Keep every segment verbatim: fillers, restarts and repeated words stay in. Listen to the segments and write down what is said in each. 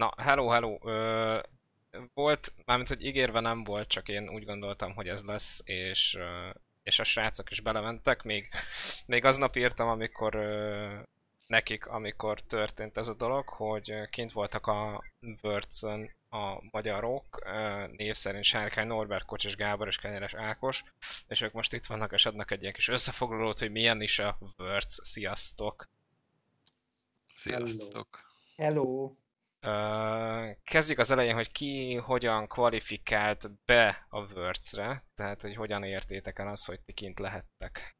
Na, hello, hello. Ö, volt, mármint, hogy ígérve nem volt, csak én úgy gondoltam, hogy ez lesz, és, ö, és a srácok is belementek. Még, még aznap írtam, amikor ö, nekik, amikor történt ez a dolog, hogy ö, kint voltak a Words-ön a magyarok, ö, név szerint Sárkány Norbert, Kocsis Gábor és Kenyeres Ákos, és ők most itt vannak, és adnak egy ilyen kis összefoglalót, hogy milyen is a Words. Sziasztok! Hello. Sziasztok! Hello. Ö, kezdjük az elején, hogy ki hogyan kvalifikált be a Worlds-re, tehát hogy hogyan értétek el azt, hogy ti kint lehettek.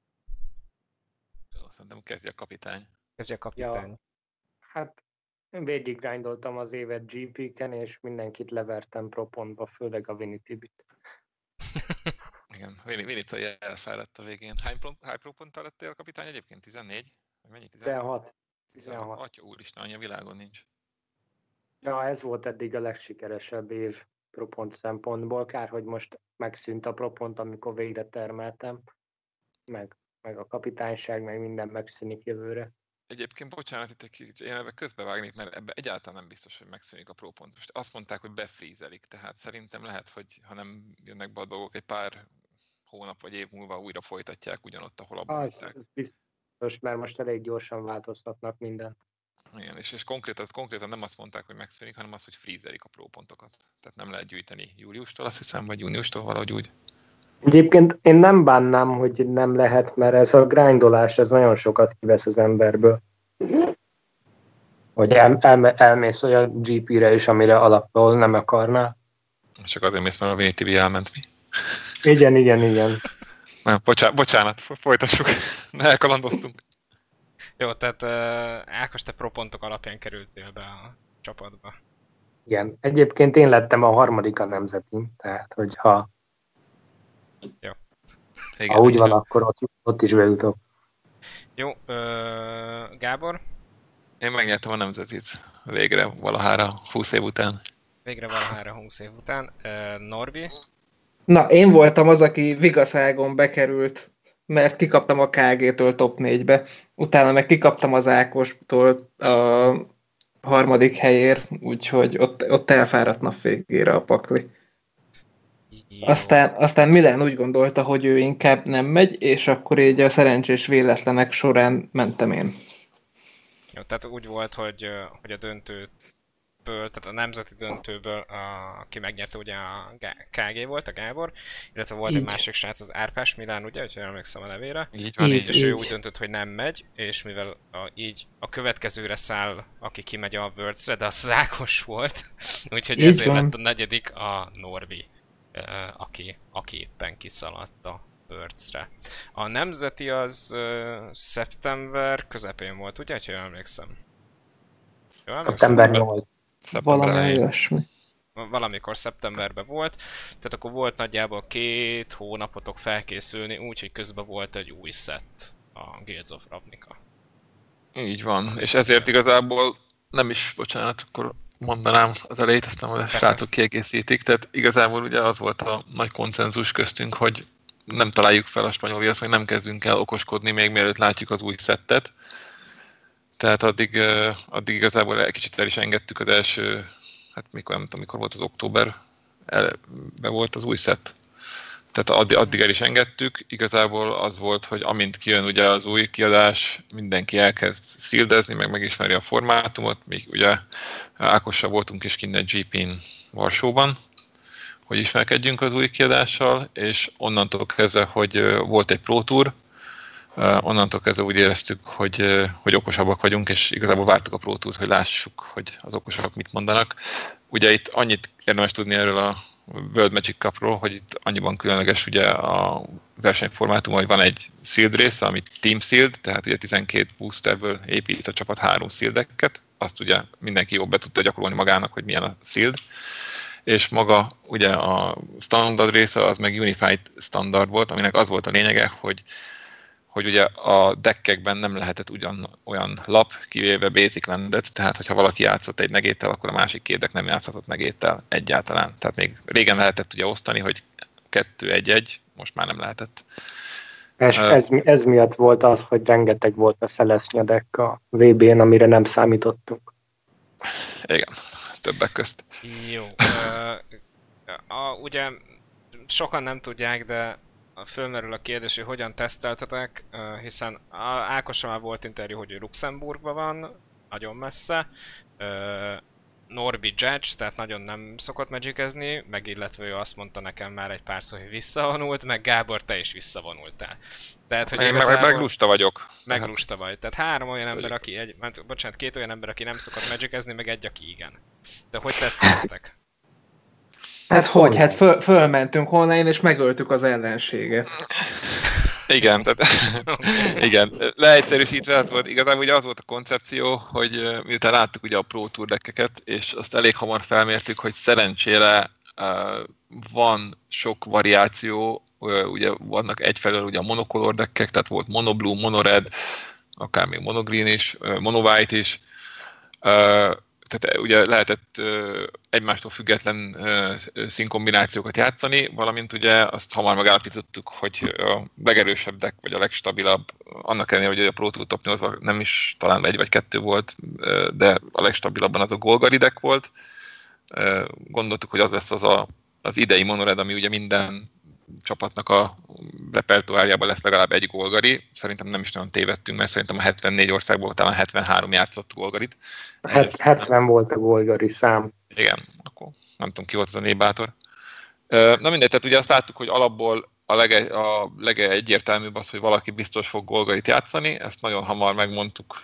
Jó, szerintem kezdje a kapitány. Kezdje a kapitány. Ja, hát én végig grindoltam az évet gé pé-ken, és mindenkit levertem propontba, főleg a Vinitibit. Igen, Vin- Vinica elfáradt a végén. Hány, pont, hány pro ponttal lettél a kapitány egyébként? tizennégy? Vagy mennyi? tizenhat. tizenhat. tizenhat. Atya úristen, annyi a világon nincs. Ja, ez volt eddig a legsikeresebb év propont szempontból. Kár, hogy most megszűnt a propont, amikor végre termeltem. Meg, meg a kapitányság, meg minden megszűnik jövőre. Egyébként bocsánat, itt egy kicsit, én ebbe közbevágnék, mert ebbe egyáltalán nem biztos, hogy megszűnik a pro pont. Most azt mondták, hogy befrízelik, tehát szerintem lehet, hogy ha nem jönnek be a dolgok, egy pár hónap vagy év múlva újra folytatják ugyanott, ahol abban Az, hagyták. az biztos, mert most elég gyorsan változtatnak minden. Igen, és, és konkrétan, konkrétan nem azt mondták, hogy megszűnik, hanem azt, hogy frízelik a própontokat. Tehát nem lehet gyűjteni júliustól, azt hiszem, vagy júniustól valahogy úgy. Egyébként én nem bánnám, hogy nem lehet, mert ez a grindolás, ez nagyon sokat kivesz az emberből. Hogy el, el, elmész olyan gé pé-re is, amire alapból nem akarnál. Csak azért mész, mert a Vinny té vé elment mi. Igen, igen, igen. Na, bocsánat, bocsánat, folytassuk. Ne elkalandoztunk. Jó, tehát uh, Ákos, te propontok alapján kerültél be a csapatba. Igen. Egyébként én lettem a harmadik a nemzetin, tehát hogyha Jó. Igen, ha úgy van, igen. akkor ott, ott is bejutok. Jó, uh, Gábor? Én megnyertem a nemzetit. Végre, valahára, húsz év után. Végre valahára húsz év után. Uh, Norbi? Na, én voltam az, aki Vigaszágon bekerült, mert kikaptam a ká gé-től top négybe. Utána meg kikaptam az Ákostól a harmadik helyér, úgyhogy ott, ott elfáradt nap végére a pakli. Jó. Aztán, aztán Milán úgy gondolta, hogy ő inkább nem megy, és akkor így a szerencsés véletlenek során mentem én. Jó, tehát úgy volt, hogy, ö, hogy a döntőből, tehát a nemzeti döntőből, a, aki megnyerte ugye a Gá- ká gé volt, a Gábor, illetve volt egy Így. másik srác, az Árpás Milán, ugye, hogyha emlékszem a nevére. Így van, Így, így. És ő így. úgy döntött, hogy nem megy, és mivel a, így a következőre száll, aki kimegy a Worlds-re, de az az Ákos volt, úgyhogy Így ezért van. lett a negyedik a Norbi, ö, aki, aki éppen kiszaladt a Worlds-re. A nemzeti az ö, szeptember közepén volt, ugye, ha jól emlékszem? Jól emlékszem? Szeptember nyolc. Szeptember Valami elején. olyasmi. Valamikor szeptemberben volt, tehát akkor volt nagyjából két hónapotok felkészülni, úgyhogy közben volt egy új set, a Guilds of Ravnica. Így van, és ezért igazából nem is, bocsánat, akkor mondanám az elejét, aztán majd a srácok kiegészítik. Tehát igazából ugye az volt a nagy konszenzus köztünk, hogy nem találjuk fel a spanyol viaszt, meg nem kezdünk el okoskodni még mielőtt látjuk az új szettet. Tehát addig, eh, addig igazából egy kicsit el is engedtük az első, hát mikor, nem tudom, mikor volt az október, el, be volt az új szett. Tehát addig, addig el is engedtük, igazából az volt, hogy amint kijön ugye az új kiadás, mindenki elkezd szildezni, meg megismeri a formátumot, még ugye Ákossal voltunk is kint egy gé pén Varsóban, hogy ismerkedjünk az új kiadással, és onnantól kezdve, hogy volt egy Pro Tour, onnantól kezdve úgy éreztük, hogy, hogy okosabbak vagyunk, és igazából vártuk a Pro Tourt, hogy lássuk, hogy az okosabbak mit mondanak. Ugye itt annyit érdemes tudni erről a World Magic Cupról, hogy itt annyiban különleges ugye a versenyformátum, hogy van egy sealed része, ami Team Sealed, tehát ugye tizenkét boosterből épít a csapat három sealedeket, azt ugye mindenki jól be tudta gyakorolni magának, hogy milyen a sealed, és maga ugye a standard része az meg Unified Standard volt, aminek az volt a lényege, hogy hogy ugye a deckekben nem lehetett ugyan olyan lap, kivéve Basic Landet, tehát hogyha valaki játszott egy negéttel, akkor a másik két deck nem játszhatott negéttel egyáltalán. Tehát még régen lehetett ugye osztani, hogy kettő egy egy, most már nem lehetett. És ez, ez miatt volt az, hogy rengeteg volt a Szelesznya deck a vé bén, amire nem számítottunk. Igen, többek közt. Jó. Ö, a, ugye sokan nem tudják, de fölmerül a kérdés, hogy hogyan teszteltetek, hiszen Ákosra már volt interjú, hogy ő Luxemburgban van, nagyon messze. Norbi Judge, tehát nagyon nem szokott magicezni, meg illetve ő azt mondta nekem már egy párszor, hogy visszavonult, meg Gábor, te is visszavonultál. Tehát, hogy Meg, igazából... meg lusta vagyok. Meg Tehát lusta vagy. Tehát három olyan ember, aki egy... Bocsánat, két olyan ember, aki nem szokott magicezni, meg egy, aki igen. De hogy teszteltetek? Hát hogy? Hát föl, fölmentünk online, és megöltük az ellenséget. Igen, tehát, igen, leegyszerűsítve az volt, igazából ugye az volt a koncepció, hogy miután láttuk ugye a Pro Tour deckeket, és azt elég hamar felmértük, hogy szerencsére uh, van sok variáció, uh, ugye vannak egyfelől ugye a monocolor deckek, tehát volt mono blue, mono red, akár még mono green is, uh, mono white is, uh, tehát ugye lehetett uh, egymástól független uh, színkombinációkat játszani, valamint ugye azt hamar megállapítottuk, hogy a legerősebb deck, vagy a legstabilabb, annak ellenére, hogy a Pro Tour Top nyolcban nem is talán egy vagy kettő volt, uh, de a legstabilabban az a Golgari deck volt. Uh, gondoltuk, hogy az lesz az a, az idei monored, ami ugye minden csapatnak a repertoárjában lesz legalább egy Golgari. Szerintem nem is nagyon tévedtünk, mert szerintem a hetvennégy országból talán hetvenhárom játszott Golgarit. hetven volt a Golgari szám. Igen, akkor nem tudom, ki volt az a nébátor. Na mindegy, tehát ugye azt láttuk, hogy alapból a, lege, a legegyértelműbb az, hogy valaki biztos fog Golgarit játszani. Ezt nagyon hamar megmondtuk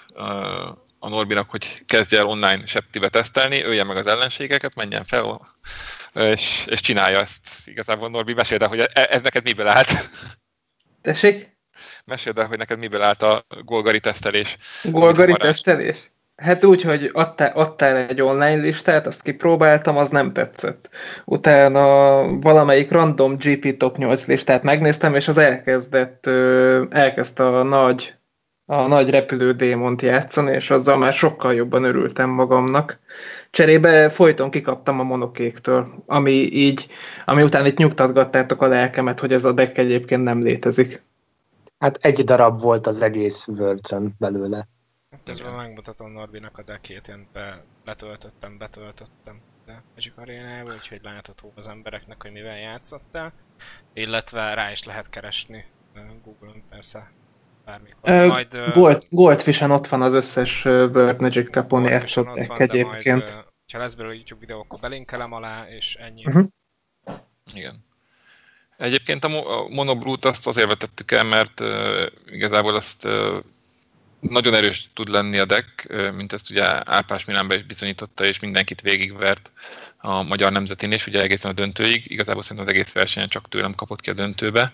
a Norbinak, hogy kezdje el online septibe tesztelni, ölje meg az ellenségeket, menjen fel, és, és csinálja ezt. Igazából Norbi, meséld el, hogy ez neked miből állt? Tessék? Meséld el, hogy neked miből állt a Golgari tesztelés. Golgari tesztelés? Hát úgy, hogy adtál, adtál egy online listát, azt kipróbáltam, az nem tetszett. Utána valamelyik random gé pé Top nyolc listát megnéztem, és az elkezdett, elkezdte a nagy, a nagy repülő démont játszani, és azzal már sokkal jobban örültem magamnak. Cserébe folyton kikaptam a monokéktől, ami így, ami után itt nyugtatgattátok a lelkemet, hogy ez a deck egyébként nem létezik. Hát egy darab volt az egész Worlds-ön belőle. Közben megmutatom Norbinak a deckét, én be, letöltöttem, betöltöttem de Magic Arénába, úgyhogy látható az embereknek, hogy mivel játszottál. Illetve rá is lehet keresni Google-on persze bármikor. Uh, majd, uh, Gold, Goldfish-en ott van az összes World Magic Cup-on játszott deck egyébként. Majd, uh, ha lesz belőle YouTube videó, akkor belinkelem alá, és ennyi. Uh-huh. Igen. Egyébként a Monoblue-t azt azért vetettük el, mert uh, igazából azt uh, nagyon erős tud lenni a deck, mint ezt ugye Árpás Milánban is bizonyította, és mindenkit végigvert a magyar nemzetén is, ugye egészen a döntőig. Igazából szerintem az egész versenyen csak tőlem kapott ki a döntőbe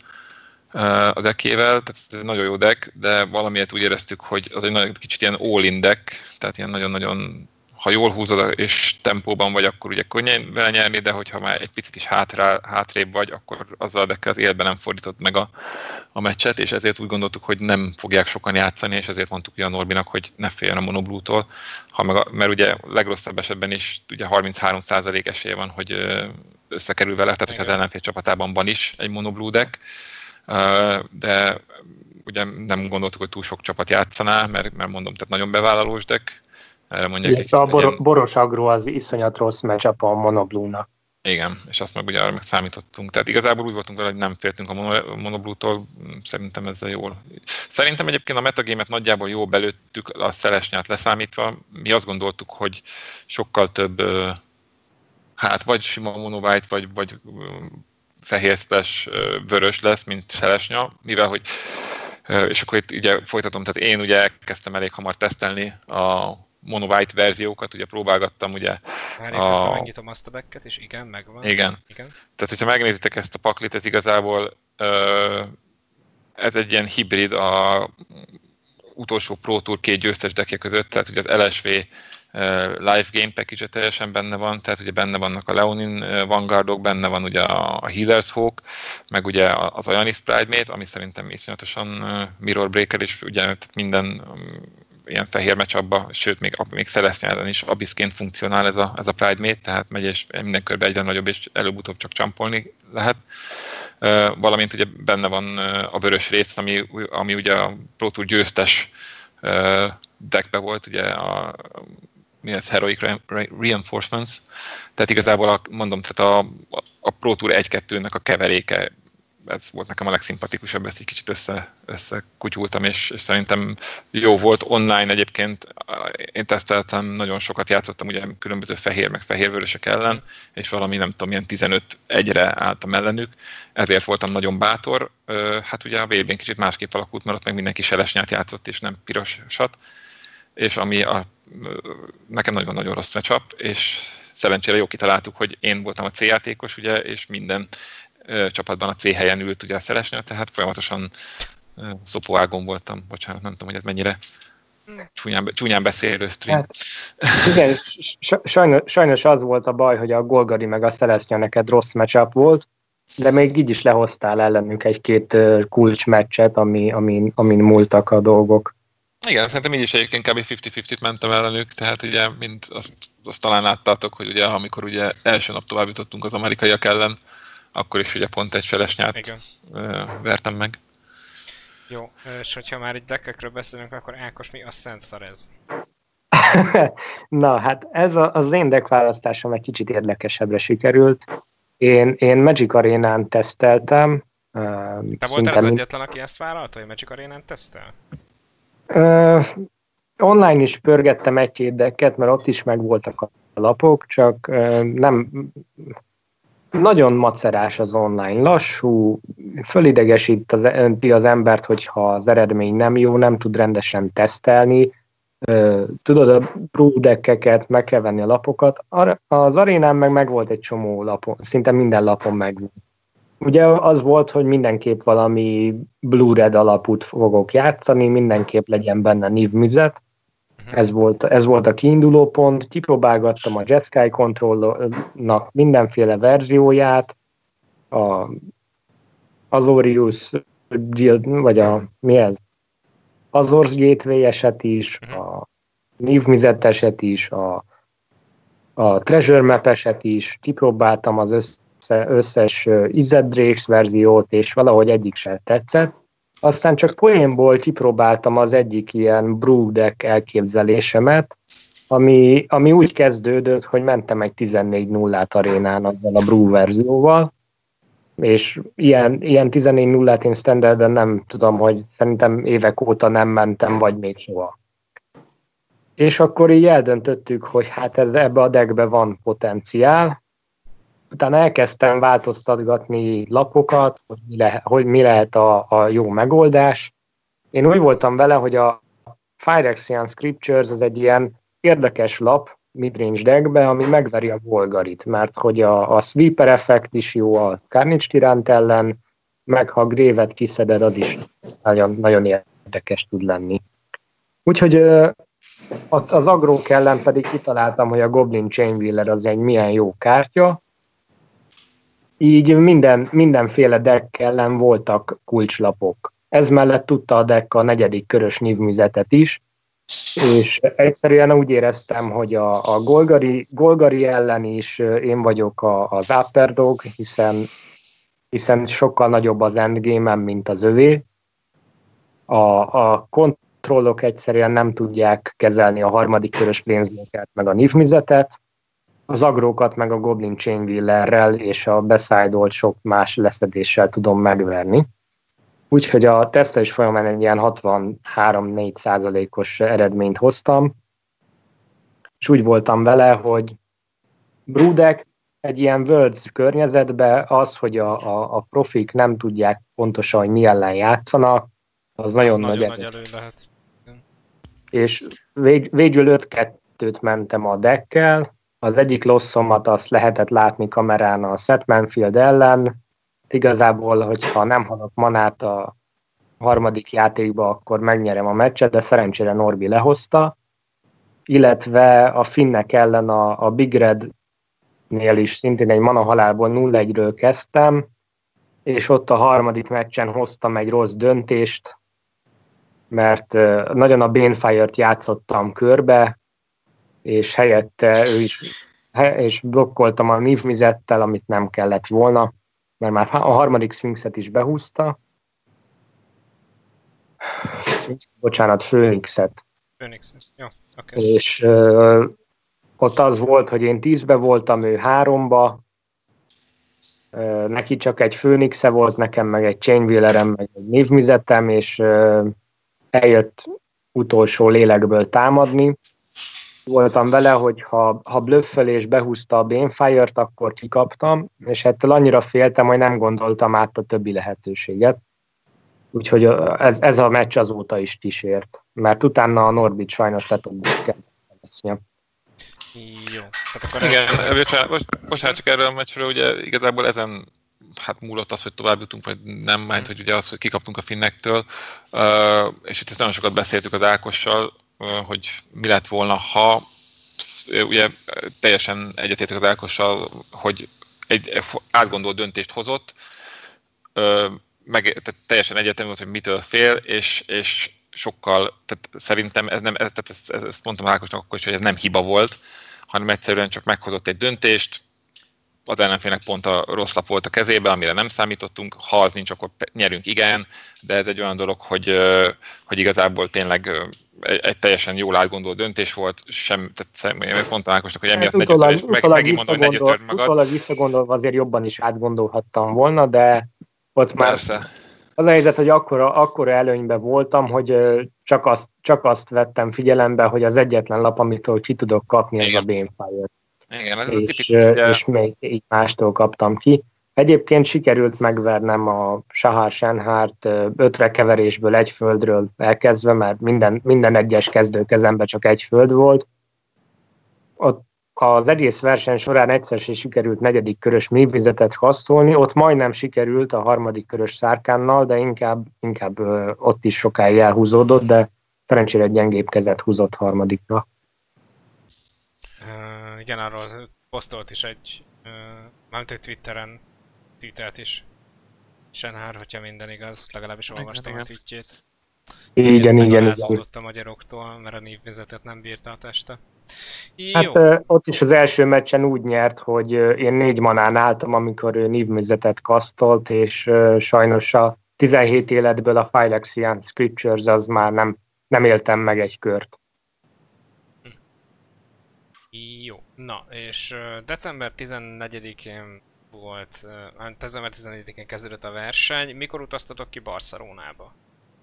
a deckével, tehát ez egy nagyon jó deck, de valamiért úgy éreztük, hogy az egy nagyon kicsit ilyen all-in deck, tehát ilyen nagyon-nagyon, ha jól húzod és tempóban vagy, akkor ugye könnyen vele nyerni, de hogyha már egy picit is hátrá, hátrébb vagy, akkor azzal a deckkel az életben nem fordított meg a, a meccset, és ezért úgy gondoltuk, hogy nem fogják sokan játszani, és ezért mondtuk ugye a Norbinak, hogy ne féljen a Monoblue-tól, ha meg a, mert ugye legrosszabb esetben is ugye harminchárom százalék esélye van, hogy összekerül vele, tehát hogyha az ellenfél csapatában van is egy Monoblue deck, de ugye nem gondoltuk, hogy túl sok csapat játszaná, mert, mert mondom, tehát nagyon bevállalós deck. Erre mondják egy a bor- ilyen... Boros Agro az iszonyat rossz matchup a Monoblue-nak. Igen, és azt meg ugye arra meg számítottunk. Tehát igazából úgy voltunk vele, hogy nem féltünk a Monoblue-tól, szerintem ezzel jól. Szerintem egyébként a metagémet nagyjából jól belőttük, a Szelesnyát leszámítva. Mi azt gondoltuk, hogy sokkal több, hát vagy sima mono white, vagy, vagy fehér splash vörös lesz, mint Szelesnya, mivel hogy, és akkor itt ugye folytatom, tehát én ugye elkezdtem elég hamar tesztelni a mono white verziókat, ugye próbálgattam ugye Már a... a... megnyitom azt a decket, és igen, megvan. Igen. igen. Tehát, hogyha megnézitek ezt a paklit, ez igazából uh, ez egy ilyen hibrid a utolsó Pro Tour két győztes deckje között, tehát ugye az el es vé uh, Live Game Package teljesen benne van, tehát ugye benne vannak a Leonin uh, Vanguardok, benne van ugye a Healer's Hawk, meg ugye az Ionis Pride-mate, ami szerintem iszonyatosan uh, Mirror Breaker, és ugye tehát minden um, ilyen fehér meccsabba, sőt, még, még Celestial-en is abiszként funkcionál ez a, ez a Pride Mate, tehát megy és minden körben egyre nagyobb, és előbb-utóbb csak csampolni lehet. Uh, valamint ugye benne van uh, a vörös rész, ami, ami ugye a Pro Tour győztes uh, deckbe volt, ugye a mi ez, Heroic Reinforcements, tehát igazából a, mondom, tehát a, a Pro Tour egy-kettőnek a keveréke, ez volt nekem a legszimpatikusabb, ezt egy kicsit össze, összekutyultam, és, és szerintem jó volt online egyébként. Én teszteltem, nagyon sokat játszottam ugye különböző fehér meg fehérvörösök ellen, és valami nem tudom, ilyen tizenöt egyre álltam ellenük, ezért voltam nagyon bátor. Hát ugye a vé bén kicsit másképp alakult, mert ott meg mindenki selesnyát játszott, és nem pirosat, és ami a, nekem nagyon-nagyon rossz matchup, és szerencsére jó kitaláltuk, hogy én voltam a C játékos, ugye, és minden csapatban a C helyen ült ugye a szelesnyő, tehát folyamatosan szopóágon voltam. Bocsánat, nem tudom, hogy ez mennyire csúnyán, csúnyán beszélő stream. Hát, igen, sajnos, sajnos az volt a baj, hogy a Golgari meg a szelesnyő neked rossz matchup volt, de még így is lehoztál ellenünk egy-két kulcs meccset, ami, amin, amin múltak a dolgok. Igen, szerintem így is egyébként kb. ötven-ötvenöt mentem ellenük, tehát ugye, mint azt, azt talán láttátok, hogy ugye amikor ugye első nap tovább jutottunk az amerikaiak ellen, akkor is ugye pont egy felesnyát Igen. vertem meg. Jó, és hogyha már itt deckekről beszélünk, akkor Ákos, mi a szent szar ez? Na, hát ez a, az én deck választásom egy kicsit érdekesebbre sikerült. Én, én Magic Arénán teszteltem. Te voltál az egyetlen, aki ezt vállalta, hogy Magic Arénán tesztel? Uh, online is pörgettem egy-két decket, mert ott is megvoltak a lapok, csak uh, nem... Nagyon macerás az online, lassú, fölidegesít az, az embert, hogyha az eredmény nem jó, nem tud rendesen tesztelni. Tudod, a proof deckeket, meg kell venni a lapokat. Az arénán meg megvolt egy csomó lapon, szinte minden lapon megvolt. Ugye az volt, hogy mindenképp valami blue-red alapút fogok játszani, mindenképp legyen benne névmizet. Ez volt, ez volt a kiinduló pont, kipróbálgattam a Jetsky Control-nak mindenféle verzióját, a Azorius Guild, vagy a mi ez? Azors Gateway-eset is, a névmizeteset is, a, a Treasure Map-eset is, kipróbáltam az össze, összes Izzet Drakes verziót, és valahogy egyik sem tetszett. Aztán csak poénból kipróbáltam az egyik ilyen brew deck elképzelésemet, ami, ami úgy kezdődött, hogy mentem egy tizennégy nullát arénán azzal a brew verzióval, és ilyen, ilyen tizennégy nullát én standarden nem tudom, hogy szerintem évek óta nem mentem, vagy még soha. És akkor így eldöntöttük, hogy hát ez, ebbe a deckbe van potenciál. Utána elkezdtem változtatgatni lapokat, hogy mi, lehet, hogy mi lehet a, a jó megoldás. Én úgy voltam vele, hogy a Phyrexian Scriptures az egy ilyen érdekes lap midrange deckbe, ami megveri a Golgarit, mert hogy a, a Sweeper effekt is jó a Carnage Tyrant ellen, meg ha Grave-et kiszeded, az is nagyon, nagyon érdekes tud lenni. Úgyhogy az agrók ellen pedig kitaláltam, hogy a Goblin Chainwheeler az egy milyen jó kártya. Így minden, mindenféle deck ellen voltak kulcslapok. Ez mellett tudta a deck a negyedik körös névműzetet is, és egyszerűen úgy éreztem, hogy a, a Golgari, Golgari ellen is én vagyok a, az upper dog, hiszen, hiszen sokkal nagyobb az endgame-em, mint az övé. A, a kontrollok egyszerűen nem tudják kezelni a harmadik körös planeswalkert meg a névműzetet, az agrókat meg a Goblin Chainwheelerrel és a beszájdolt sok más leszedéssel tudom megverni. Úgyhogy a tesztelés folyamán egy ilyen hatvanhárom-négy százalékos eredményt hoztam, és úgy voltam vele, hogy Brudek egy ilyen Worlds környezetben az, hogy a, a, a profik nem tudják pontosan, hogy mi ellen játszanak, az nagyon, nagy, nagyon nagy elő lehet. És vég, végül öt kettőt mentem a deckkel. Az egyik losszomat azt lehetett látni kamerán a Seth Manfield ellen. Igazából, hogyha nem halok manát a harmadik játékba, akkor megnyerem a meccset, de szerencsére Norbi lehozta. Illetve a finnek ellen a, a Big Red-nél is szintén egy mana halálból nulla egyről kezdtem, és ott a harmadik meccsen hoztam egy rossz döntést, mert nagyon a Banefire-t játszottam körbe, és helyette ő is, és blokkoltam a névmizettel, amit nem kellett volna, mert már a harmadik Sphinxet is behúzta. Bocsánat, Phoenixet. Phoenixet, jó, oké. Okay. És uh, ott az volt, hogy én tízbe voltam, ő háromba, neki csak egy Phoenix-e volt, nekem meg egy Chainwheelerem, meg egy névmizetem, és eljött utolsó lélekből támadni. Voltam vele, hogy ha, ha blöffel és behúzta a Banefire-t, akkor kikaptam, és ettől annyira féltem, hogy nem gondoltam át a többi lehetőséget. Úgyhogy ez, ez a meccs azóta is kísért, mert utána a Norbit sajnos le tudjuk kezdeni. Jó. Tehát akkor igen, ez, ez bocsánat, bocsánat, csak erről a meccsről, ugye igazából ezen hát múlott az, hogy tovább jutunk, vagy nem, mert hogy ugye az, hogy kikaptunk a finnektől, uh, és itt ezt nagyon sokat beszéltük az Ákossal, uh, hogy mi lett volna, ha ugye teljesen egyetértek az Ákossal, hogy egy átgondolt döntést hozott, uh, meg tehát teljesen egyetemű volt, hogy mitől fél, és, és sokkal, tehát szerintem ez nem, tehát ezt, ezt mondtam Ákosnak akkor is, hogy ez nem hiba volt, hanem egyszerűen csak meghozott egy döntést, az ellenfélnek pont a rossz lap volt a kezébe, amire nem számítottunk, ha az nincs, akkor nyerünk, igen, de ez egy olyan dolog, hogy, hogy igazából tényleg egy, egy teljesen jól átgondolt döntés volt, sem, tehát én ezt mondtam Ákosnak, hogy emiatt hát negyed törés, meg, megint mondom, hogy negyed tört magad. Utólag visszagondolva azért jobban is átgondolhattam volna, de ott már Persze. Az a helyzet, hogy akkora, akkora előnyben voltam, hogy csak azt, csak azt vettem figyelembe, hogy az egyetlen lap, amitől ki tudok kapni, ez a Banefire. Igen, ez és, a tipikus, ugye... és még így mástól kaptam ki. Egyébként sikerült megvernem a Shahar Shenhart ötre keverésből egy földről elkezdve, mert minden, minden egyes kezdőkezemben csak egy föld volt. Ott az egész verseny során egyszer sem sikerült negyedik körös mélyvizetet kasztolni, ott majdnem sikerült a harmadik körös szárkánnal, de inkább, inkább ott is sokáig elhúzódott, de szerencsére egy gyengébb kezet húzott harmadikra. Uh, igen, arról posztolt is egy, uh, mármint egy Twitteren tweetelt is Shenhar, hogyha minden igaz, legalábbis olvastam a tweetjét. Igen, igen, igen. a magyaroktól, mert a névvizetet nem bírta a teste. Hát ö, ott is az első meccsen úgy nyert, hogy ö, én négy manán álltam, amikor ő névmizetet kasztolt, és ö, sajnos a tizenhét életből a Phyrexian Scriptures az már nem, nem éltem meg egy kört. Hm. Jó, na, és uh, december tizennegyedikén volt, uh, december tizennegyedikén kezdődött a verseny. Mikor utaztatok ki Barcelonába?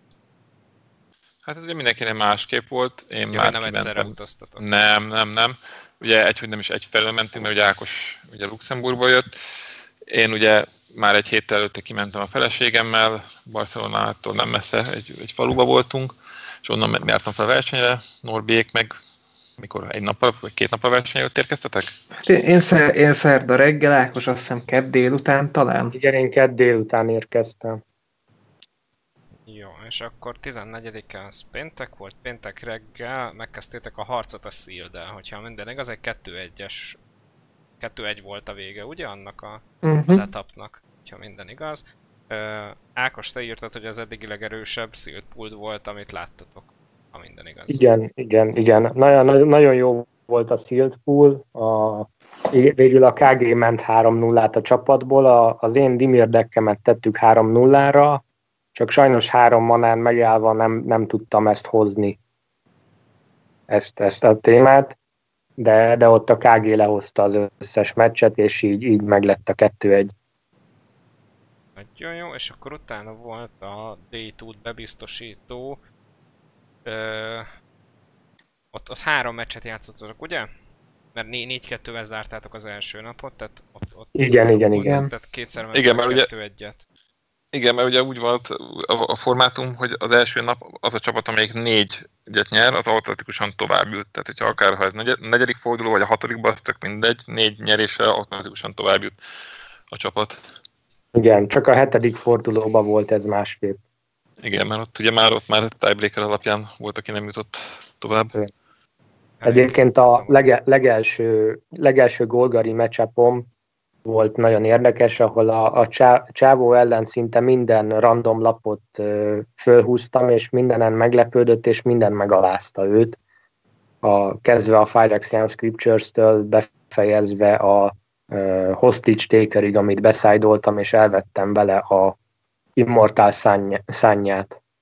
Hát ez ugye mindenkinek másképp volt. Én ja, már nem egyszerre utaztatok. Nem, nem, nem. Ugye egy, hogy nem is egyfelől mentünk, mert ugye Ákos ugye Luxemburgba jött. Én ugye már egy héttel előtte kimentem a feleségemmel, Barcelonától nem messze, egy, egy faluba voltunk, és onnan jártam fel a versenyre. Norbiék meg mikor egy nappal, vagy két nappal versenyre ott érkeztetek? Én, én, szer, én szerda reggel, Ákos azt hiszem kedd délután talán. Igen, én kedd délután érkeztem. Jó, és akkor tizennegyedike az péntek volt, péntek reggel megkezdtétek a harcot a Seal-del, hogyha minden igaz, egy kettő egyes, kettő egy volt a vége, ugye annak a, uh-huh. az etapnak, hogyha minden igaz. Uh, Ákos, te írtad, hogy az eddigi legerősebb Sealed Pool volt, amit láttatok, ha minden igaz. Igen, igen, igen. Nagyon, nagyon jó volt a Sealed Pool, a, végül a ká gé ment három nullát a csapatból, a, az én Dimir dekkemet tettük három nullára, csak sajnos három manán megállva nem, nem tudtam ezt hozni, ezt, ezt a témát, de, de ott a ká gé lehozta az összes meccset, és így, így meglett a kettő egy. Nagyon jó, és akkor utána volt a day two-t bebiztosító, Ö, ott, ott három meccset játszottatok, ugye? Mert négy kettővel zártátok az első napot, tehát ott, ott igen, igen, volt, igen. Tehát kétszer igen, mert ugye, kettő egyet. Igen, mert ugye úgy volt a, a formátum, hogy az első nap az a csapat, amelyik négyet nyer, az automatikusan tovább jut. Tehát, hogyha akár ha ez negyedik forduló, vagy a hatodikban, az tök mindegy, négy nyeréssel automatikusan tovább jut a csapat. Igen, csak a hetedik fordulóban volt ez másképp. Igen, mert ott ugye már ott már tiebreaker alapján volt, aki nem jutott tovább. Egyébként a lege, legelső, legelső Golgari matchupom volt nagyon érdekes, ahol a, a csá, csávó ellen szinte minden random lapot ö, fölhúztam, és mindenen meglepődött, és minden megalázta őt. A, kezdve a Phyrexian Scriptures-től befejezve a ö, Hostage Takerig, amit beszájdoltam, és elvettem vele a Immortal szánny, szánnyát.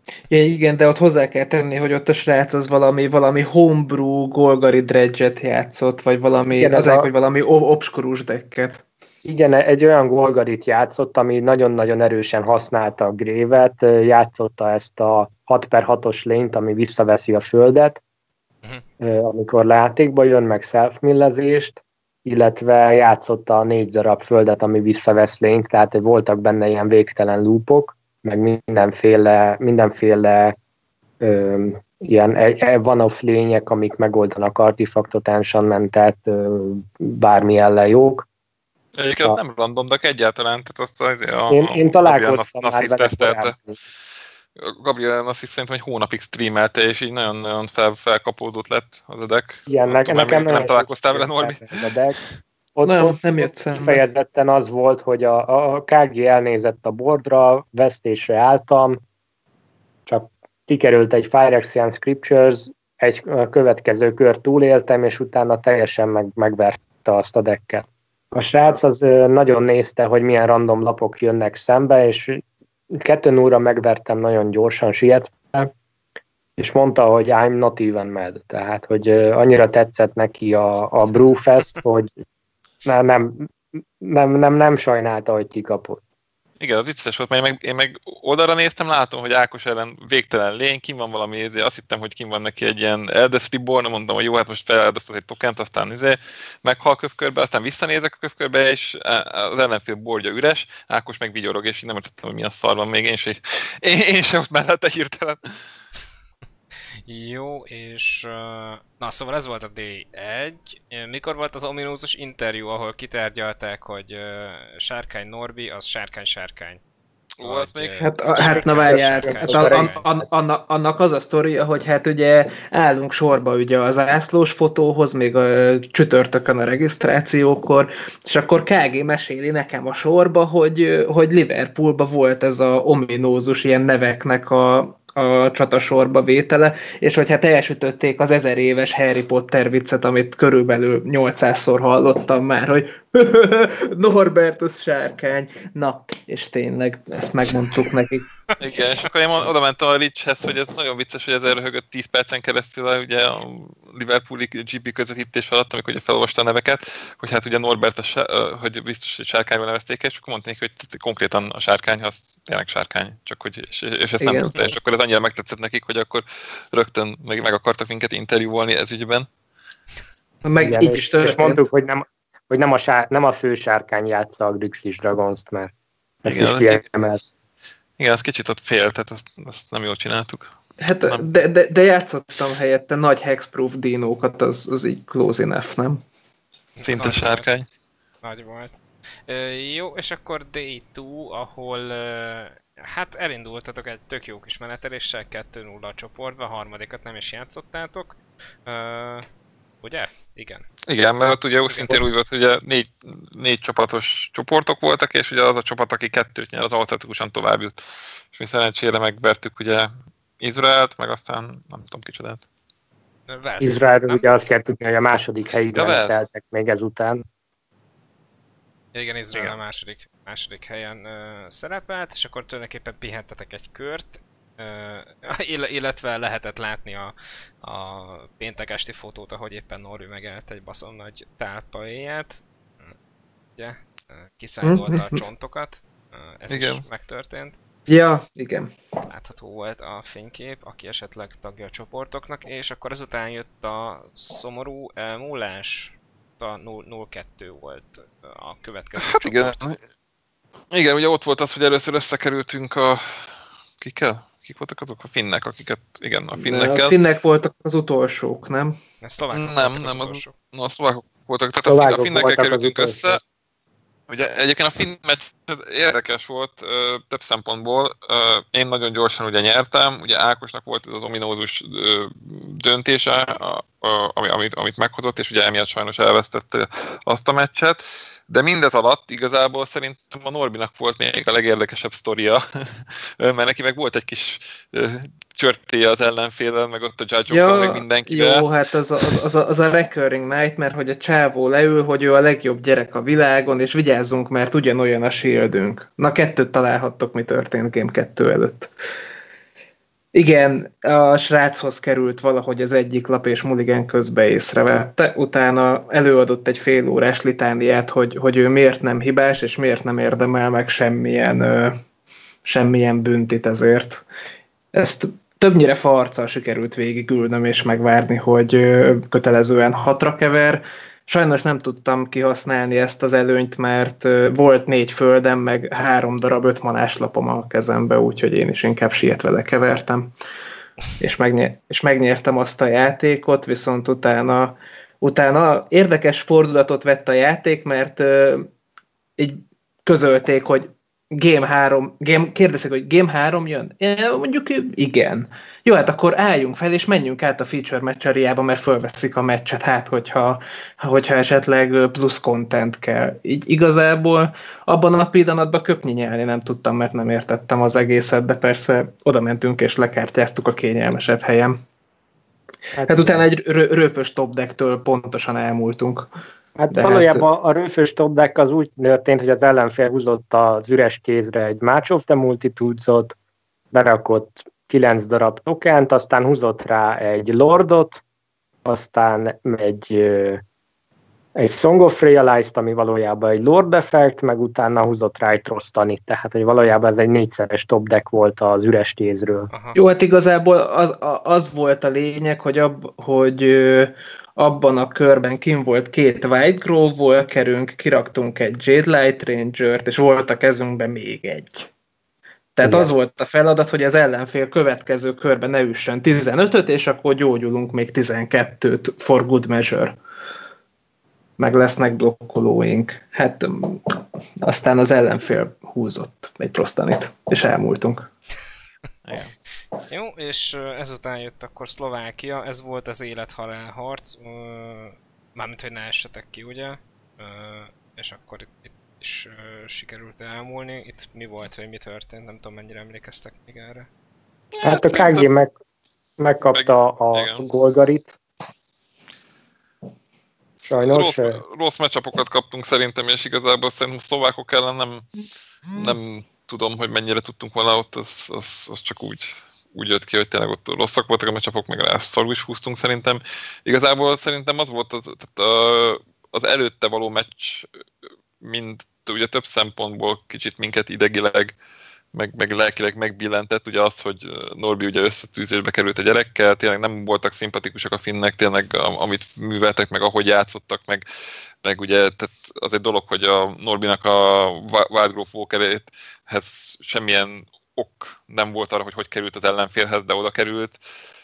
Ja, igen, de ott hozzá kell tenni, hogy ott a srác az valami, valami homebrew Golgari Dredge-et játszott, vagy valami, Igen, ez azért, a- hogy valami o- obskurus decket. Igen, egy olyan Golgarit játszott, ami nagyon-nagyon erősen használta a Grévet, játszotta ezt a hat per hatos lényt, ami visszaveszi a földet, Uh-huh. amikor lejátékba jön, meg self-millezést, illetve játszotta a négy darab földet, ami visszavesz lényt, tehát voltak benne ilyen végtelen loopok, meg mindenféle, mindenféle ö, ilyen one-off lények, amik megoldanak artefaktot, enchantmentet, ö, bármi ellen jók. Egyébként A- nem random, de egyáltalán, tehát azt azért a, Én, a én találkoztam Gabriel már Nassif vele tesztelte. korábban. Gabriel Nassif szerintem egy hónapig streamelte, és így nagyon-nagyon fel, felkapódott lett az a deck. Igen, Nem ne, tudom, nekem nem, nem találkoztál vele, Norbi? A deck. Ott, Nem, ott, nem jött ott szembe. kifejezetten az volt, hogy a, a ká gé elnézett a boardra, vesztésre álltam, csak kikerült egy Phyrexian Scriptures, egy a következő kör túléltem, és utána teljesen meg, megverte azt a decket. A srác az ö, nagyon nézte, hogy milyen random lapok jönnek szembe, és kettő nullra megvertem nagyon gyorsan sietve, és mondta, hogy I'm not even mad, tehát, hogy ö, annyira tetszett neki a, a Brewfest, hogy nem, nem, nem, nem, nem sajnálta, hogy kikapott. Igen, az vicces volt, mert én meg, én meg oldalra néztem, látom, hogy Ákos ellen végtelen lény, kim van valami, izé, azt hittem, hogy kim van neki egy ilyen Eldest Reborn, mondtam, hogy jó, hát most feláldoztat egy tokent, aztán izé, meghal kövkörbe, aztán visszanézek a kövkörbe, és az ellenfél bordja üres, Ákos meg vigyorog, és így nem értettem, hogy milyen szar van még, én se, én, én se ott mellette hirtelen. Jó, és... Uh, na, szóval ez volt a dé egy. Mikor volt az ominózus interjú, ahol kitárgyalták, hogy uh, Sárkány Norbi, az Sárkány-Sárkány? Ó, az Vagy, még... uh, Hát, a, hát na várjál, Sárkány- hát Sárkány- an, an, an, an, annak az a sztoria, hogy hát ugye állunk sorba ugye az ászlós fotóhoz, még a csütörtökön a regisztrációkor, és akkor ká gé meséli nekem a sorba, hogy, hogy Liverpoolba volt ez a ominózus ilyen neveknek a, a csatasorba vétele, és hogy hát elsütötték az ezer éves Harry Potter viccet, amit körülbelül nyolcszázszor hallottam már, hogy Norbert, az sárkány. Na, és tényleg, ezt megmondtuk nekik. Igen, és akkor én oda mentem a Richhez, hogy ez nagyon vicces, hogy ezzel röhögött tíz percen keresztül ugye a Liverpooli gé pé közvetítés alatt, amikor ugye felolvasta a neveket, hogy hát ugye Norbert, a sá- hogy biztos, hogy sárkányban nevezték el, és akkor mondták, hogy konkrétan a sárkány, az tényleg sárkány, csak hogy, és, és ezt nem Igen. tudta, és akkor ez annyira megtetszett nekik, hogy akkor rögtön meg, meg akartak minket interjúolni ez ügyben. Meg Igen, így és, is történt. és mondtuk, hogy nem, hogy nem a, sár, nem a fő sárkány játsza a Grixis Dragons-t, mert ezt Igen, is az- kiemelt. Igen, az kicsit ott fél, tehát azt, azt nem jól csináltuk. Hát, Nem. de, de, de játszottam helyette nagy hexproof dinókat, az, az így close enough, nem? Szinte Nagy sárkány. Volt. Nagy volt. Ö, jó, és akkor dé kettő, ahol ö, hát elindultatok egy tök jó kis meneteléssel, kettő nulla a csoportba, a harmadikat nem is játszottátok. Ö, ugye? Igen. Igen, mert ott ugye szintén úgy volt, hogy ugye négy, négy csapatos csoportok voltak, és ugye az a csapat, aki kettőt nyer, az automatikusan tovább jut. És mi szerencsére megvertük ugye Izraelt, meg aztán nem tudom kicsodát. Velsz, Izraelről nem? ugye azt kell tudni, hogy a második helyig Ja, Velsz. teltek még ezután. Igen, Izrael Igen. a második, második helyen ö, szerepelt, és akkor tulajdonképpen pihentetek egy kört, ö, ill- illetve lehetett látni a, a péntek esti fotót, ahogy éppen Norbi megelt egy baszon nagy tálpa éjjelt. Ugye? Ö, Kiszájdolta a csontokat, ö, ez Igen. is megtörtént. Ja, igen. Látható volt a fénykép, aki esetleg tagja a csoportoknak, és akkor ezután jött a szomorú elmúlás, a nulla kettő volt a következő Hát igen. csoport. Igen, ugye ott volt az, hogy először összekerültünk a... Kikkel? Kik voltak azok? A finnek, akiket... Igen, a A finnekkel. finnek voltak az utolsók, nem? Ez szlovákok Nem, voltak nem, az- utolsók. Na, a szlovákok voltak, tehát Szlovákok a, fin- a finnekkel voltak az kerültünk utolsók. össze. Ugye egyébként a finn meccs az érdekes volt ö, több szempontból. Ö, én nagyon gyorsan ugye nyertem, ugye Ákosnak volt ez az ominózus ö, döntése, a, a, ami, amit, amit meghozott, és ugye emiatt sajnos elvesztette azt a meccset. De mindez alatt igazából szerintem a Norbinak volt még a legérdekesebb sztoria, mert neki meg volt egy kis ö, csörtéje az ellenfélen, meg ott a judge-okkal, meg mindenkivel. jó, hát az, az, az, a, az a recurring nightmare, hogy a csávó leül, hogy ő a legjobb gyerek a világon, és vigyázzunk, mert ugyanolyan a shieldünk. Na, kettőt találhattok, mi történt Game kettő előtt. Igen, a sráchoz került valahogy az egyik lap, és Mulligan közbe észrevette. Utána előadott egy fél órás litániát, hogy, hogy ő miért nem hibás, és miért nem érdemel meg semmilyen, ö, semmilyen büntit ezért. Ezt többnyire farccal sikerült végigülnöm, és megvárni, hogy ö, kötelezően hatra kever. Sajnos nem tudtam kihasználni ezt az előnyt, mert ö, volt négy földem, meg három darab ötmanás lapom a kezembe, úgyhogy én is inkább sietve lekevertem. És, megnyer- és megnyertem azt a játékot, viszont utána, utána érdekes fordulatot vett a játék, mert ö, így közölték, hogy Game három, game, kérdezik, hogy Game három jön? É, mondjuk igen. Jó, hát akkor álljunk fel, és menjünk át a feature match-areába, mert fölveszik a meccset, hát hogyha, hogyha esetleg plusz content kell. Így igazából abban a pillanatban köpni nyelni nem tudtam, mert nem értettem az egészet, de persze oda mentünk és lekártyáztuk a kényelmesebb helyem. Hát, hát utána egy rö- röfös top decktől pontosan elmúltunk. Hát de valójában hát... a röfös top deck az úgy történt, hogy az ellenfél húzott az üres kézre egy March of the Multitudes-ot, berakott kilenc darab tokent, aztán húzott rá egy Lordot, aztán egy, egy Song of Realized, ami valójában egy Lord effect, meg utána húzott rá egy Trostani, tehát hogy valójában ez egy négyszeres top deck volt az üres kézről. Aha. Jó, hát igazából az, az volt a lényeg, hogy, ab, hogy abban a körben kim volt két White Grove Walkerünk, kiraktunk egy Jade Light Ranger-t, és volt a kezünkben még egy. Tehát igen. Az volt a feladat, hogy az ellenfél következő körben ne üssön tizenötöt, és akkor gyógyulunk még tizenkettőt for good measure. Meg lesznek blokkolóink. Hát aztán az ellenfél húzott egy Trostanit, és elmúltunk. Igen. Jó, és ezután jött akkor Szlovákia, ez volt az élet-halál harc, mármint, hogy ne essetek ki, ugye? És akkor itt, itt is sikerült elmúlni. Itt mi volt, vagy mi történt, nem tudom, mennyire emlékeztek még erre. Hát a ká gé meg, megkapta a Golgarit. Sajnos. Rossz, rossz meccsapokat kaptunk szerintem, és igazából szerintem szlovákok ellen nem, nem tudom, hogy mennyire tudtunk volna ott, az, az, az csak úgy, úgy jött ki, hogy tényleg ott rosszak voltak a meccsapok, meg rá szarul is húztunk szerintem. Igazából szerintem az volt az, az előtte való meccs, mind ugye több szempontból kicsit minket idegileg, meg, meg lelkileg megbillentett, ugye az, hogy Norbi ugye összetűzésbe került a gyerekkel, tényleg nem voltak szimpatikusak a finnek, tényleg amit műveltek, meg ahogy játszottak, meg, meg ugye tehát az egy dolog, hogy a Norbinak a Wildgrove Walkerhez semmilyen ok nem volt arra, hogy hogy került az ellenfélhez, de oda került,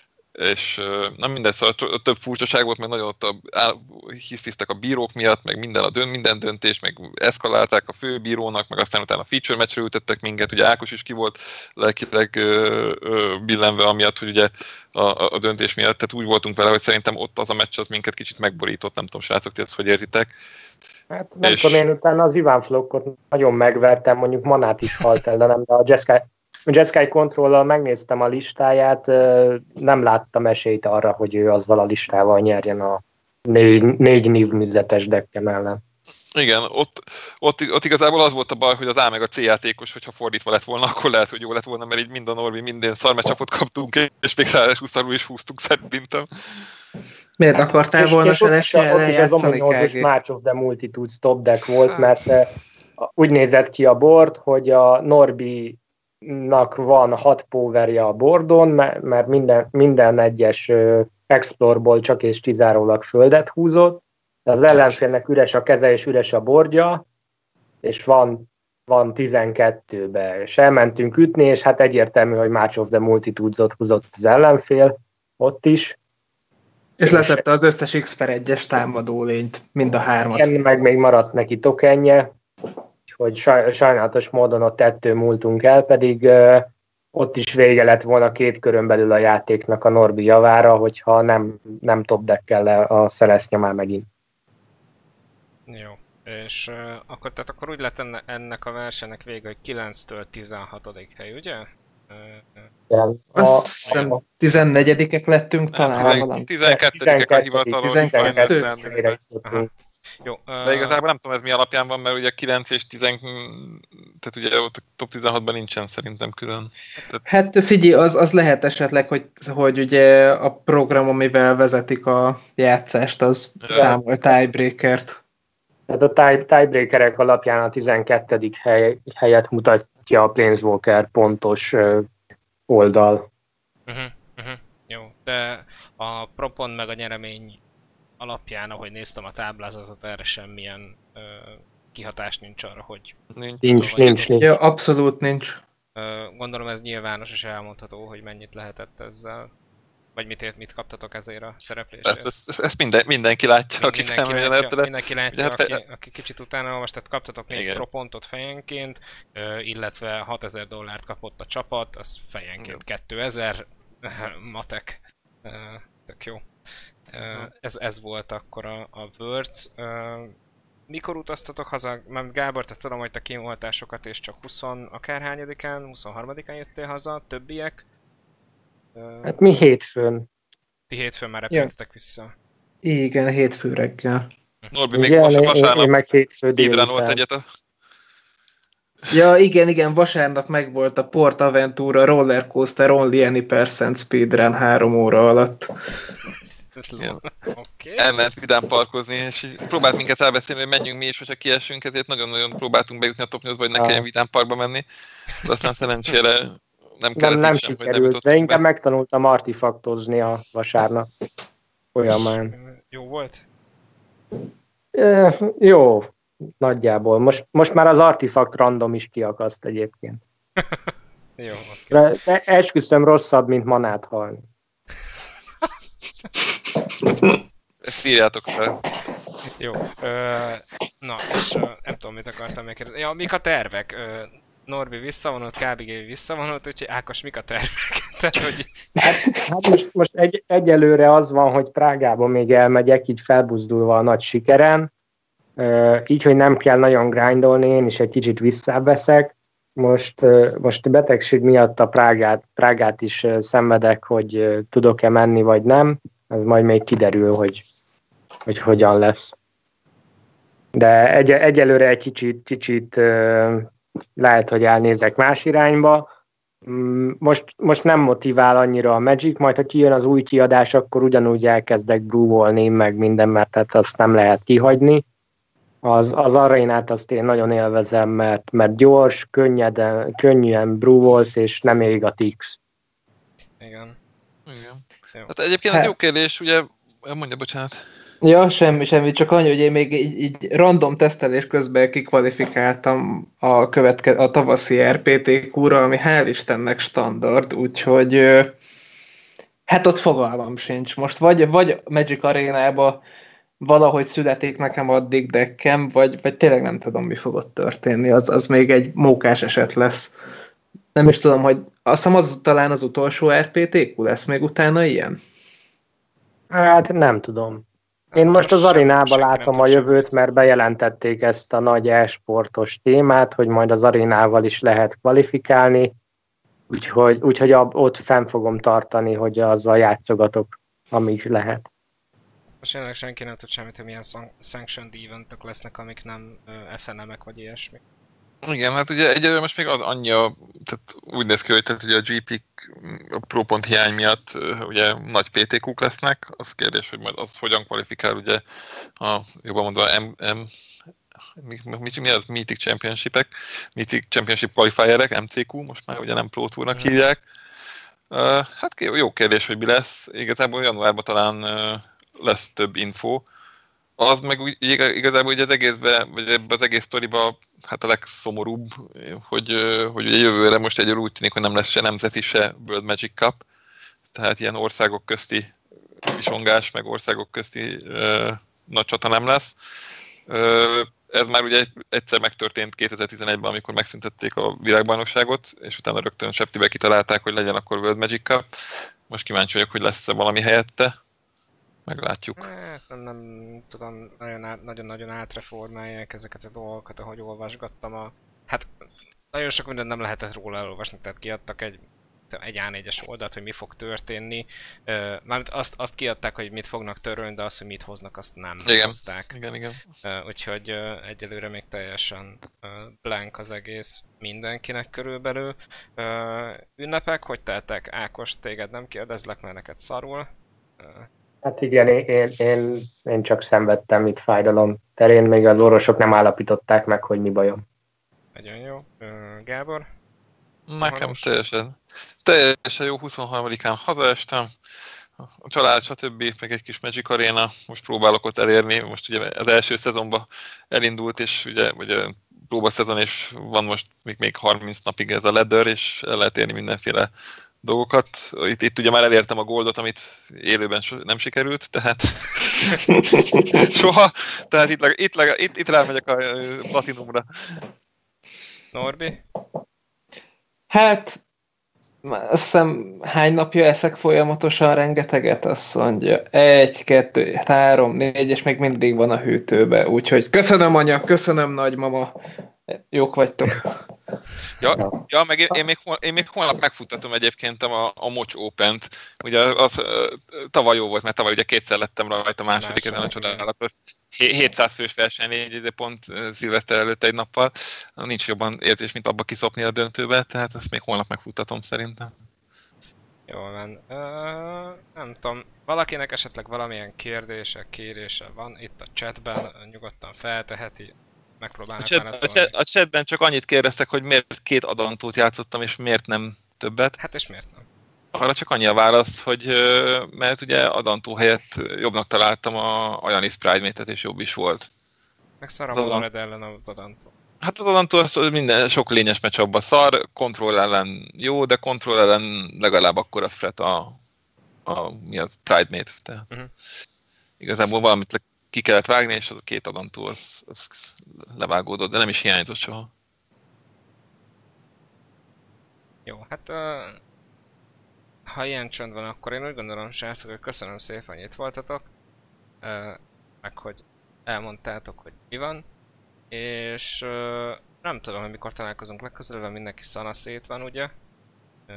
és nem mindegy, szóval több furcsaság volt, meg nagyon ott hisztisztek a bírók miatt, meg minden, a dön, minden döntés, meg eszkalálták a főbírónak, meg aztán utána a feature matchre ültettek minket, ugye Ákos is ki volt lelkileg ö, ö, billenve amiatt, hogy ugye a, a döntés miatt, tehát úgy voltunk vele, hogy szerintem ott az a meccs az minket kicsit megborított, nem tudom, srácok, ti ezt hogy értitek? Hát nem és... tudom, én utána az Iván Flokkot nagyon megvertem, mondjuk Manát is halt el, de nem, de a Jeskai A Jeskai Control-lal megnéztem a listáját, nem láttam esélyt arra, hogy ő azzal a listával nyerjen a négy, négy névműzetes dekkem ellen. Igen, ott, ott, ott igazából az volt a baj, hogy az A meg a C játékos, hogyha fordítva lett volna, akkor lehet, hogy jó lett volna, mert így mind a Norbi, minden szarmecsapot kaptunk, és még százszúszszorul is húztunk szerintem. Miért akartál volna se lesélyen játszani ká gé? March of the Multitudes top deck volt, mert úgy nézett ki a board, hogy a Norbi nak van hat powerje a boardon, mert minden, minden egyes explore-ból csak és kizárólag földet húzott, de az ellenfélnek üres a keze és üres a boardja, és van, van tizenkettőbe, és elmentünk ütni, és hát egyértelmű, hogy March of the Multitudes-ot húzott az ellenfél, ott is. És leszette az összes X per egyes támadó lényt, mind a hármat. Igen, meg még maradt neki tokenje, hogy sajnálatos módon ott ettől múltunk el, pedig uh, ott is vége lett volna két körön belül a játéknak a Norbi javára, hogyha nem, nem top deckkel le a Celestia már megint. Jó, és uh, akkor, tehát akkor úgy lett enne, ennek a versenynek vége, hogy kilenctől tizenhatodik hely, ugye? Igen. Azt hiszem a... tizennegyedikek lettünk talán. tizenkettődikek a hivatalos. tizenkettő Jó, uh... de igazából nem tudom, ez mi alapján van, mert ugye kilenc és tehát ugye ott a top tizenhatban nincsen szerintem külön. Tehát... Hát figyelj, az, az lehet esetleg, hogy, hogy ugye a program, amivel vezetik a játszást, az ja. számol tiebreakert. Tehát a tie, tiebreakerek alapján a tizenkettedik hely, helyet mutatja a Planeswalker pontos oldal. Uh-huh, uh-huh. Jó, de a propon meg a nyeremény alapján, ahogy néztem a táblázatot, erre semmilyen ö, kihatás nincs arra, hogy... Nincs, nincs, nincs, nincs. Ja, abszolút nincs. Ö, gondolom ez nyilvános és elmondható, hogy mennyit lehetett ezzel. Vagy mit, mit kaptatok ezért a szereplésért? Ezt, ezt, ezt minden, mindenki látja, aki mindenki felmegy a látja, netre. mindenki látja, hát aki, fe... aki kicsit utána olvast, tehát kaptatok négy propontot fejenként, illetve hatezer dollárt kapott a csapat, az fejenként kétezer, matek, tök jó. Ez, ez volt akkor a, a Words. Mikor utaztatok haza? Mert Gábor, te tudom, hogy te kimoltásokat és csak húsz akárhányadikán, huszonharmadikán jöttél haza, többiek? Hát mi hétfőn. Ti hétfőn már repültetek ja. vissza. Igen, hétfő reggel. Norbi, még most vasárnap meg hétfő délután volt egyet a... Ja, igen, igen, vasárnap megvolt a Port Aventura Rollercoaster Only Any Percent Speedrun három óra alatt. Okay. Elment vidám parkozni, és így próbált minket elbeszélni, hogy menjünk mi is, hogyha kiesünk, ezért nagyon-nagyon próbáltunk bejutni a top nyolcba, hogy ne kelljen vidám parkba menni. De aztán szerencsére nem kellett nem, nem sem, sikerült, nem de inkább be. megtanultam artifaktozni a vasárnap folyamán. Jó volt? E, jó, nagyjából. Most, most már az artifakt random is kiakaszt egyébként. Jó, okay. de, de esküszöm rosszabb, mint manát halni. Ezt írjátok fel. Jó. Ö, na, és ö, nem tudom, mit akartam megkérdezni. Ja, mik a tervek? Ö, Norbi visszavonult, ká bé gé visszavonult, úgyhogy Ákos, mik a tervek? Tehát, hogy... Hát, hát most, most egy, egyelőre az van, hogy Prágába még elmegyek, így felbuzdulva a nagy sikeren. Ö, így, hogy nem kell nagyon grindolni, én is egy kicsit visszaveszek. Most, most betegség miatt a Prágát, Prágát is szenvedek, hogy tudok-e menni, vagy nem. Ez majd még kiderül, hogy, hogy hogyan lesz. De egy, egyelőre egy kicsit, kicsit lehet, hogy elnézek más irányba. Most, most nem motivál annyira a Magic, majd ha kijön az új kiadás, akkor ugyanúgy elkezdek brúvolni, meg minden, mert tehát azt nem lehet kihagyni. Az, az arénát azt én nagyon élvezem, mert, mert gyors, könnyeden, könnyűen brúvolsz, és nem ég a tix. Igen. Igen. Hát egyébként hát. Ez jó kérdés, ugye, mondja, bocsánat. Ja, semmi, semmi, csak annyi, hogy én még így, így random tesztelés közben kikvalifikáltam a, követke- a tavaszi er pé té kúra, ami hál' Istennek standard, úgyhogy hát ott fogalmam sincs. Most vagy, vagy Magic Arénába valahogy születik nekem addig dekkem, vagy, vagy tényleg nem tudom, mi fog ott történni. Az, az még egy mókás eset lesz. Nem is tudom, hogy azt hiszem az talán az utolsó er pé té kú lesz még utána ilyen? Hát nem tudom. Én most az arénában látom a jövőt, mert bejelentették ezt a nagy e-sportos témát, hogy majd az arénával is lehet kvalifikálni, úgyhogy, úgyhogy ott fenn fogom tartani, hogy azzal játszogatok, amíg lehet. Most jelenleg senki nem tud semmit, hogy milyen sanctioned eventek lesznek, amik nem ef en em-ek vagy ilyesmi. Igen, hát ugye egyelőre most még az annyi, a, tehát úgy néz ki, hogy tehát ugye a gé pé a própont hiány miatt ugye nagy pé té kúk lesznek. Az kérdés, hogy majd az hogyan kvalifikál ugye a jobban mondva M, M, mi, mi, mi az? Mythic Championship-ek, Mythic Championship Qualifierek, em cé kú, most már ugye nem Pro Tour-nak hmm. hívják. Uh, hát jó kérdés, hogy mi lesz. Igazából januárban talán uh, lesz több info. Az meg úgy, igazából ugye az egészben, vagy ebben az egész sztoriban hát a legszomorúbb, hogy, hogy ugye jövőre most egyről úgy tűnik, hogy nem lesz se nemzeti, se World Magic Cup. Tehát ilyen országok közti visongás, meg országok közti uh, nagy csata nem lesz. Uh, ez már ugye egyszer megtörtént kétezer-tizenegyben, amikor megszüntették a világbajnokságot, és utána rögtön septibe kitalálták, hogy legyen akkor World Magic Cup. Most kíváncsi vagyok, hogy lesz-e valami helyette. Meglátjuk. Hát, nem, nem tudom, nagyon-nagyon átreformálják ezeket a dolgokat, ahogy olvasgattam a... Hát nagyon sok mindent nem lehetett róla elolvasni, tehát kiadtak egy mint egy á négyes oldalt, hogy mi fog történni. Uh, mármint azt, azt kiadták, hogy mit fognak törölni, de azt, hogy mit hoznak, azt nem igen. hozták. Igen, igen. Uh, úgyhogy uh, egyelőre még teljesen uh, blank az egész mindenkinek körülbelül. Uh, ünnepek, hogy teltek? Ákos, téged nem kérdezlek, mert neked szarul. Uh, Hát igen, én, én, én, én csak szenvedtem itt fájdalom terén, még az orvosok nem állapították meg, hogy mi bajom. nagyon jó. Uh, Gábor? Nekem Halos. teljesen, teljesen jó, huszonharmadikán hazaestem, a család, stb. Meg egy kis Magic Arena, most próbálok ott elérni, most ugye az első szezonban elindult, és ugye, ugye próbaszezon, és van most még, még harminc napig ez a ladder, és el lehet érni mindenféle dolgokat. Itt, itt ugye már elértem a goldot, amit élőben so, nem sikerült, tehát soha, tehát itt, itt, itt, itt rámegyek a platinumra. Norbi? Hát, azt hiszem, hány napja eszek folyamatosan rengeteget, azt mondja, egy, kettő, három, négy, és még mindig van a hűtőbe, úgyhogy köszönöm anya, köszönöm nagymama, jók vagytok. Ja, ja meg én, én, még, én még holnap megfuttatom egyébként a, a Mocs Open-t. Ugye az, az tavaly jó volt, mert tavaly ugye kétszer lettem rajta második, ezen a csodálatos hétszáz fős verseny, négy pont szilveszter előtt egy nappal. Nincs jobban érzés, mint abba kiszopni a döntőbe, tehát ezt még holnap megfuttatom szerintem. Jól van. Uh, nem tudom, valakinek esetleg valamilyen kérdése, kérése van itt a chatben, nyugodtan felteheti. A, chat, a, chat, a chatben csak annyit kérdeztek, hogy miért két adantót játszottam, és miért nem többet. Hát és miért nem? Arra csak annyi a válasz, hogy mert ugye adantó helyett jobbnak találtam a Janis Pride-métet, és jobb is volt. Meg szaram a Red ellen az adantó. Hát az adantó az minden sok lényes meccs abban szar, kontroll ellen jó, de kontroll ellen legalább akkora fret a, a mi az Pride-mate. Tehát uh-huh. Igazából valamit ki kellett vágni, és az a két adantó az, az levágódott, de nem is hiányzott soha. Jó, hát uh, ha ilyen csönd van, akkor én úgy gondolom, srácok, hogy köszönöm szépen, hogy itt voltatok, uh, meg hogy elmondtátok, hogy mi van, és uh, nem tudom, hogy mikor találkozunk legközelebb, mindenki szanaszét van, ugye? Uh,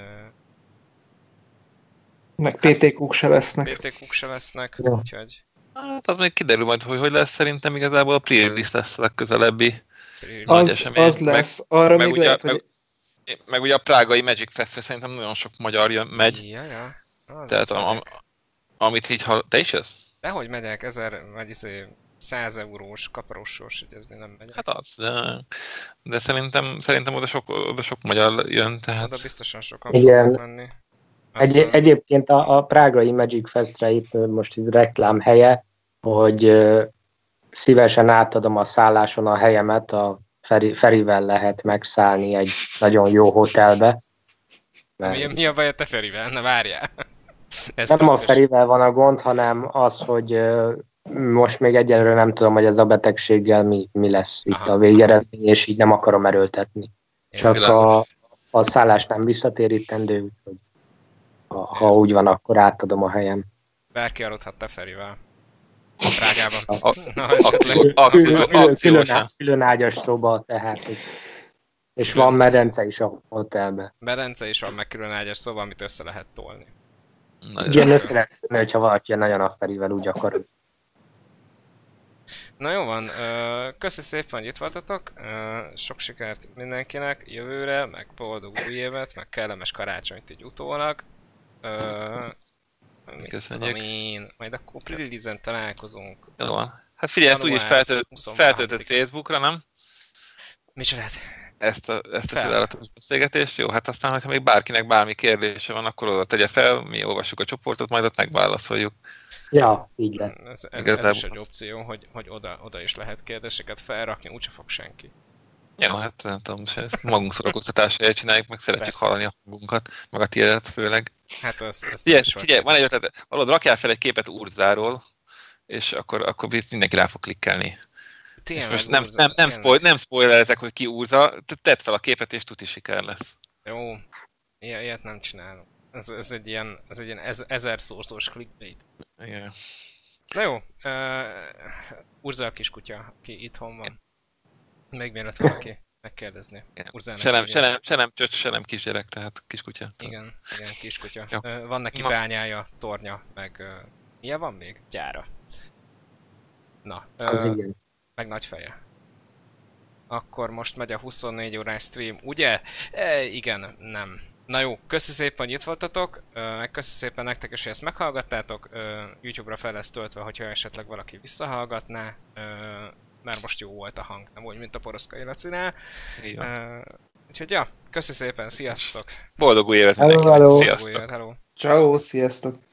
meg pé té kúk se lesznek. pé té kúk se lesznek, ja. Úgyhogy... Hát az még kiderül majd, hogy hogy lesz, szerintem igazából a pre-release lesz a legközelebbi az, esemény. Az lesz, meg, arra meg még ugye, lehet, meg, hogy... meg ugye a prágai Magic Festre szerintem nagyon sok magyar jön, megy. Ja, ja. Tehát a, a, amit így hall... Te is jössz? Dehogy megyek, ezer, vagy izé, száz eurós kaparós sorsjegyezni nem megyek. Hát az, de, de szerintem, szerintem oda, sok, oda sok magyar jön, tehát... Oda biztosan sokan fognak menni. Egy, egyébként a, a prágai Magic Festre itt most itt reklám helye, hogy uh, szívesen átadom a szálláson a helyemet, a Feri, Ferivel lehet megszállni egy nagyon jó hotelbe. Mert... Mi, mi a baj a te Ferivel? Na várjál! Ezt nem a Ferivel van a gond, hanem az, hogy uh, most még egyelőre nem tudom, hogy ez a betegséggel mi, mi lesz itt Aha. a végeredmény, és így nem akarom erőltetni. Én Csak a, a szállás nem visszatérítendő, úgyhogy ha, ha úgy van, akkor átadom a helyem. Bárki aludhat te Ferivel. A Prágában. Külön ágyas szoba, tehát. És van medence is a hotelben. Medence is van, meg külön ágyas szoba, amit össze lehet tolni. Igen, össze lehet tolni, hogyha valaki nagyon a Ferivel úgy akar. Na jó van, köszi szépen, hogy itt voltatok, sok sikert mindenkinek jövőre, meg boldog új évet, meg kellemes karácsonyt így utólag. Köszönjük. Én, majd akkor pre-release-en találkozunk. Jó van. Hát figyelj, ezt úgyis feltölt, feltöltött Facebookra, nem? Micsodát? Ezt a, ezt a csodálatos beszélgetést. Jó, hát aztán, hogyha még bárkinek bármi kérdése van, akkor oda tegye fel, mi olvassuk a csoportot, majd ott megválaszoljuk. Ja, így lett. Ez, ez, ez is egy opció, hogy, hogy oda, oda is lehet kérdéseket felrakni, úgyse fog senki. Jó, hát nem tudom, ezt magunk szórakoztatásáért csináljuk, meg szeretjük Persze. hallani a magunkat, meg a tiédet főleg. Hát az, az figyelj, figyelj, van egy ötlet, valód rakjál fel egy képet Urzáról, és akkor, akkor mindenki rá fog klikkelni. Tényleg, most nem, nem, nem, spoil, nem spoilerezek, hogy ki Urza, tedd fel a képet, és tuti siker lesz. Jó, ilyet, ilyet nem csinálom. Ez, ez egy ilyen, ez egy ilyen ez, ezer szószós clickbait. Igen. Na jó, uh, Urza a kiskutya, aki itthon van. Még mielőtt valaki megkérdezni. Urzának Se nem, hívják. se, nem, se nem csöcs, se nem kisgyerek, tehát kiskutya. Igen, igen, kiskutya. Jó. Ö, Van neki Na. bányája, tornya, meg... ö, Milyen van még? Gyára. Na, Az ö, igen. meg nagy feje. Akkor most megy a huszonnégy órás stream, ugye? E, igen, nem. Na jó, köszi szépen, hogy itt voltatok, ö, meg köszi szépen nektek is, hogy ezt meghallgattátok. Ö, YouTube-ra fel lesz töltve, hogyha esetleg valaki visszahallgatná, ö, mert most jó volt a hang, nem úgy, mint a Poroszkai Lacinál. Így van. Ö, Úgyhogy ja, köszi szépen, sziasztok! Boldog új évet Hello, mindenkinek. hello. Új Sziasztok! évet, hello! Ciao, sziasztok!